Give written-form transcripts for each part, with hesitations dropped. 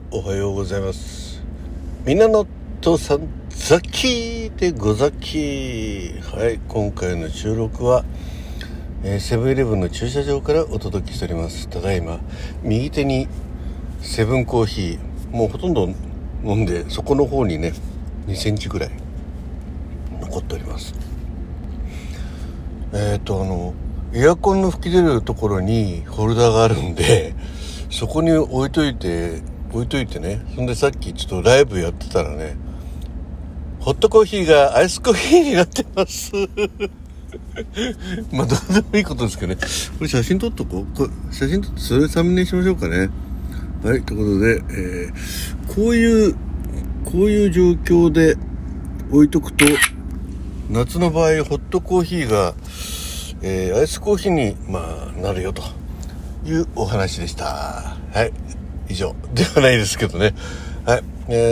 おはようございます。みんなの父さんザキでござき。はい、今回の収録はセブンイレブンの駐車場からお届けしております。ただいま右手にセブンコーヒー、もうほとんど飲んで、そこの方にね2センチぐらい残っております。エアコンの吹き出るところにホルダーがあるんで、そこに置いといてね。そんでさっきちょっとライブやってたらね、ホットコーヒーがアイスコーヒーになってますまあどうでもいいことですけどね。これ写真撮っとこう。写真撮ってそれサムネにしましょうかね。はい、ということで、こういう状況で置いとくと、夏の場合ホットコーヒーが、アイスコーヒーに、なるよというお話でした。はい、以上ではないですけどね。はい、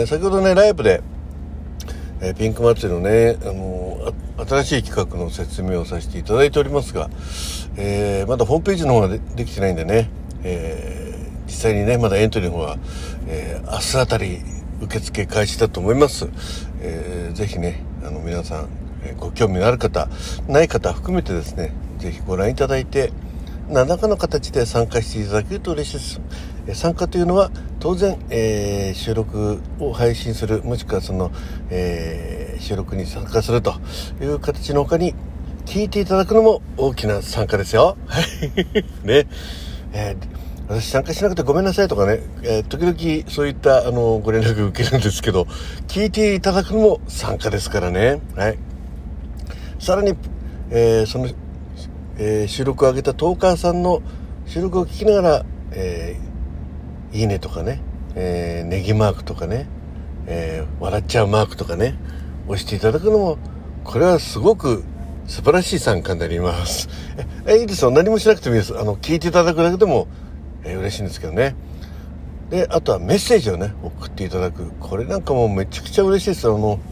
先ほどねライブで、ピンク祭りのね、新しい企画の説明をさせていただいておりますが、まだホームページの方が できてないんでね、実際にねまだエントリーの方は、明日あたり受付開始だと思います。ぜひね皆さん、ご興味のある方ない方含めてですね、ぜひご覧いただいて何らかの形で参加していただけると嬉しいです。参加というのは当然、収録を配信する、もしくはその、収録に参加するという形の他に聞いていただくのも大きな参加ですよね。私参加しなくてごめんなさいとかね、時々そういったご連絡受けるんですけど、聞いていただくのも参加ですからね。はい。さらに、その、収録を上げたトーカーさんの収録を聞きながら、いいねとかね、ネギマークとかね、笑っちゃうマークとかね押していただくのも、これはすごく素晴らしい参加になります。いいですよ、何もしなくてもいいです。聞いていただくだけでも、嬉しいんですけどね。で、あとはメッセージをね送っていただく、これなんかもうめちゃくちゃ嬉しいです。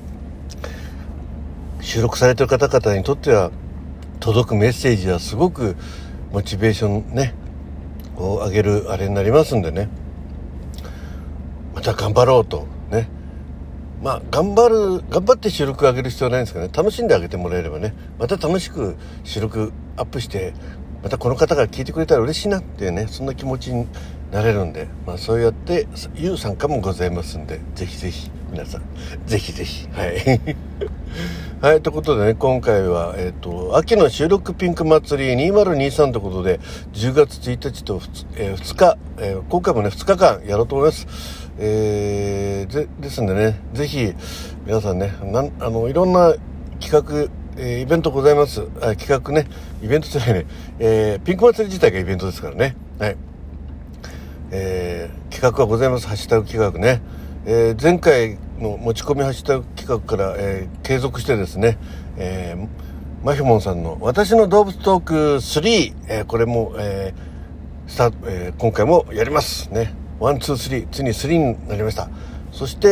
収録されている方々にとっては届くメッセージはすごくモチベーションねを上げるあれになりますんでね、また頑張ろうとね。頑張って収録上げる必要はないんですけどね、楽しんであげてもらえればね、また楽しく収録アップして、またこの方が聞いてくれたら嬉しいなっていうね、そんな気持ちになれるんで、そうやっていう参加もございますんで、ぜひぜひ皆さんぜひぜひはいはい、ということでね、今回は、秋の収録ピンク祭り2023ということで、10月1日と2日、今回もね2日間やろうと思います。ですんでね、ぜひ皆さんね、いろんな企画、イベントございます。企画ね、イベントじゃないね、ピンク祭り自体がイベントですからね。はい、企画がございます。ハッシュタグ企画ね。前回の持ち込みハッシュタグ企画から、継続してですね、マヒモンさんの私の動物トーク3、これも、今回もやりますね。1、2、3、ついに3になりました。そして、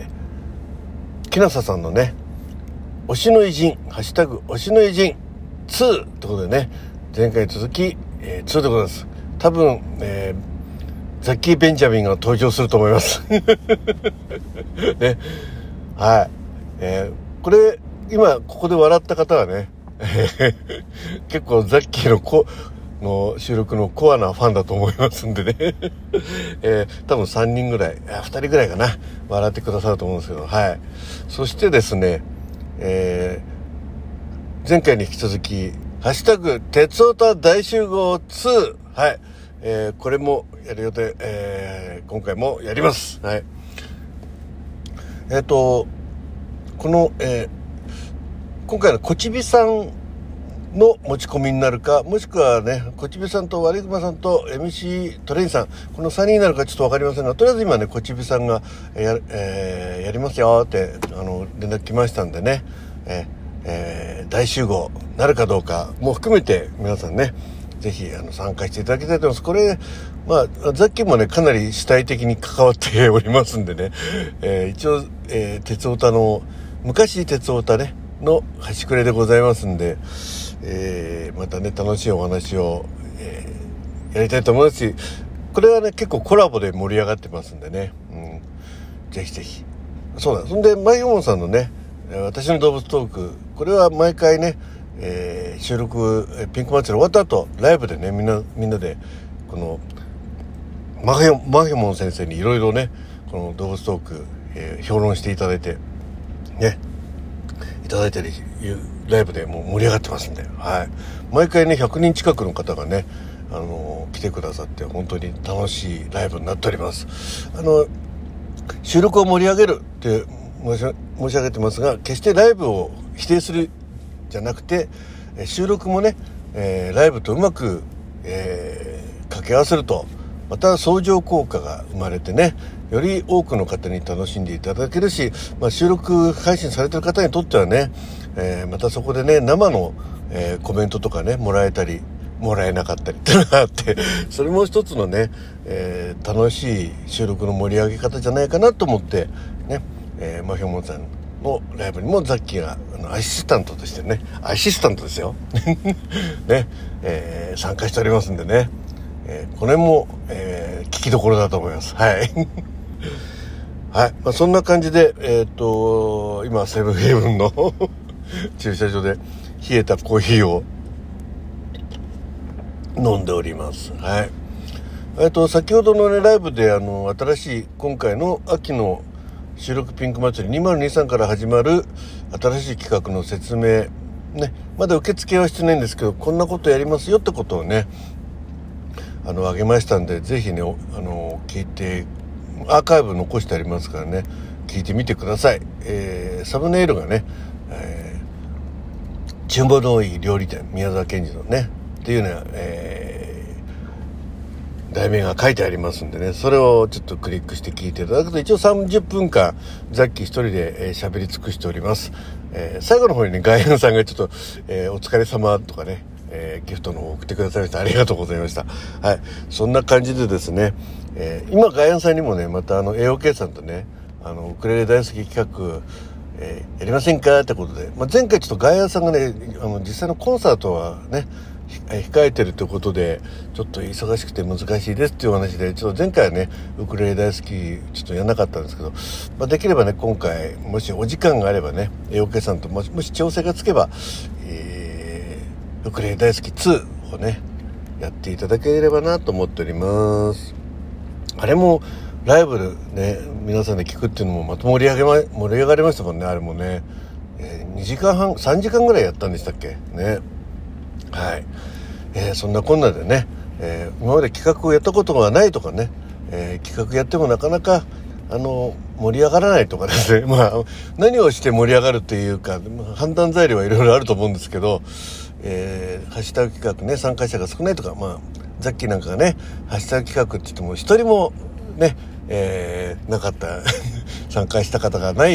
木なささんのね、推しの偉人、ハッシュタグ推しの偉人2ということでね、前回に続き、2でございます。多分、ザッキー・ベンジャミンが登場すると思いますね。はい、これ今ここで笑った方はね結構ザッキーの収録のコアなファンだと思いますんでね多分3人ぐらい、2人ぐらいかな、笑ってくださると思うんですけど、はい。そしてですね、前回に引き続きハッシュタグ鉄オタ大集合2、はい、これもやる予定、今回もやります。はい。この、今回のこちびさんの持ち込みになるか、もしくはね、こちびさんとワリグマさんと MC トレインさん、この3人になるかちょっとわかりませんが、とりあえず今ね、こちびさんがやりますよって連絡来ましたんでね、大集合なるかどうかも含めて皆さんね、ぜひ参加していただきたいと思います。これザッキーもねかなり主体的に関わっておりますんでね、一応、鉄オタの昔鉄オタねの端くれでございますんで、またね楽しいお話を、やりたいと思いますし、 これはね結構コラボで盛り上がってますんでね、ぜひぜひ。そうだ、そんでマヒモンさんのね私の動物トーク、これは毎回ね、収録ピンク祭り終わった後ライブでねみんなでこのマヒモン先生にいろいろねこの動物トーク、評論していただいてねいただいたりいうライブでもう盛り上がってますんで、はい、毎回ね100人近くの方がね来てくださって本当に楽しいライブになっております。収録を盛り上げるって申し上げてますが、決してライブを否定するじゃなくて、収録もね、ライブとうまく、掛け合わせるとまた相乗効果が生まれてね、より多くの方に楽しんでいただけるし、収録配信されている方にとってはね、またそこでね生の、コメントとかねもらえたりもらえなかったりっていうのがあって、それも一つのね、楽しい収録の盛り上げ方じゃないかなと思ってね、マヒョモンさんのライブにもザッキーがアシスタントとしてね、アシスタントですよね、参加しておりますんでね、これも、聞きどころだと思います。はいはい、そんな感じで今セブンヘイブンの駐車場で冷えたコーヒーを飲んでおります。はい。先ほどのねライブで新しい今回の秋の収録ピンク祭り2023から始まる新しい企画の説明ね、まだ受付はしてないんですけど、こんなことやりますよってことをねあげましたんで、ぜひね聞いて、アーカイブ残してありますからね、聞いてみてください。サムネイルがね、純物のいい料理店宮沢賢治のねっていうね、題名が書いてありますんでね、それをちょっとクリックして聞いていただくと、一応30分間ザッキー一人で喋り尽くしております。最後の方にね外苑さんがちょっと、お疲れ様とかね、ギフトの方を送ってくださいました。ありがとうございました。はい、そんな感じでですね、今外苑さんにもねまたAOK さんとねウクレレ大好き企画やりませんかってことで、前回ちょっと外苑さんがね実際のコンサートはね控えてるということでちょっと忙しくて難しいですっていう話で、ちょっと前回はねウクレレ大好きちょっとやらなかったんですけど、できればね今回もしお時間があればね AOK さんともし調整がつけば、ウクレレ大好き2をねやっていただければなと思っております。あれもライブでね皆さんで聞くっていうのもまた盛り上がりましたもんね。あれもね、2時間半3時間ぐらいやったんでしたっけね。はい、そんなこんなでね、今まで企画をやったことがないとかね、企画やってもなかなか盛り上がらないとかですね何をして盛り上がるというか判断材料はいろいろあると思うんですけど、ハッシュタグ企画ね参加者が少ないとか、ザッキーなんかがねハッシュタグ企画って言っても一人もね、なかった参加した方がない、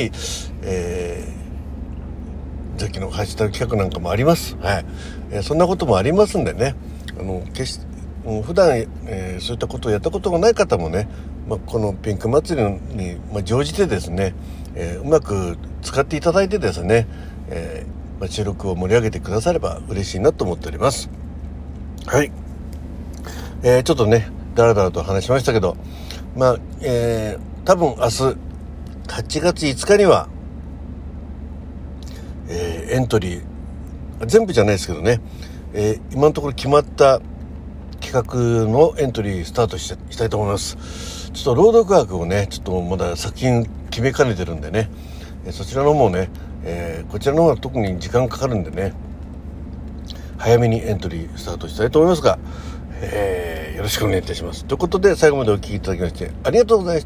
ザッキーのハッシュタグ企画なんかもあります。はい、そんなこともありますんでね、普段、そういったことをやったことがない方もね、このピンク祭りに、乗じてですね、うまく使っていただいてですね、収録を盛り上げてくだされば嬉しいなと思っております。はい、ちょっとねだらだらと話しましたけど、多分明日8月5日には、エントリー全部じゃないですけどね、今のところ決まった企画のエントリースタートしたいと思います。ちょっと朗読枠をねちょっとまだ作品決めかねてるんでね、そちらの方もね、こちらの方は特に時間かかるんでね早めにエントリースタートしたいと思いますが、よろしくお願いいたします。ということで最後までお聞きいただきましてありがとうございました。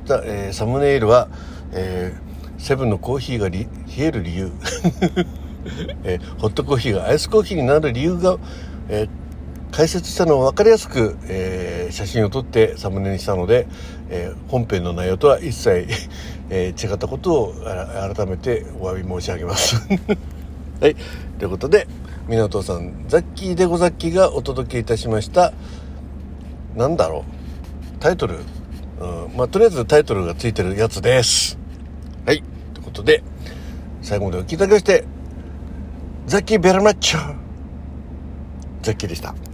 サムネイルは、セブンのコーヒーが冷える理由ホットコーヒーがアイスコーヒーになる理由が、解説したのを分かりやすく、写真を撮ってサムネにしたので、本編の内容とは一切、違ったことを改めてお詫び申し上げますはい、ということで港さんザッキーでござっきがお届けいたしました。なんだろうタイトル、とりあえずタイトルがついてるやつです。はい、ということで最後までお聞きいただきましてザッキーベラマッチョザッキーでした。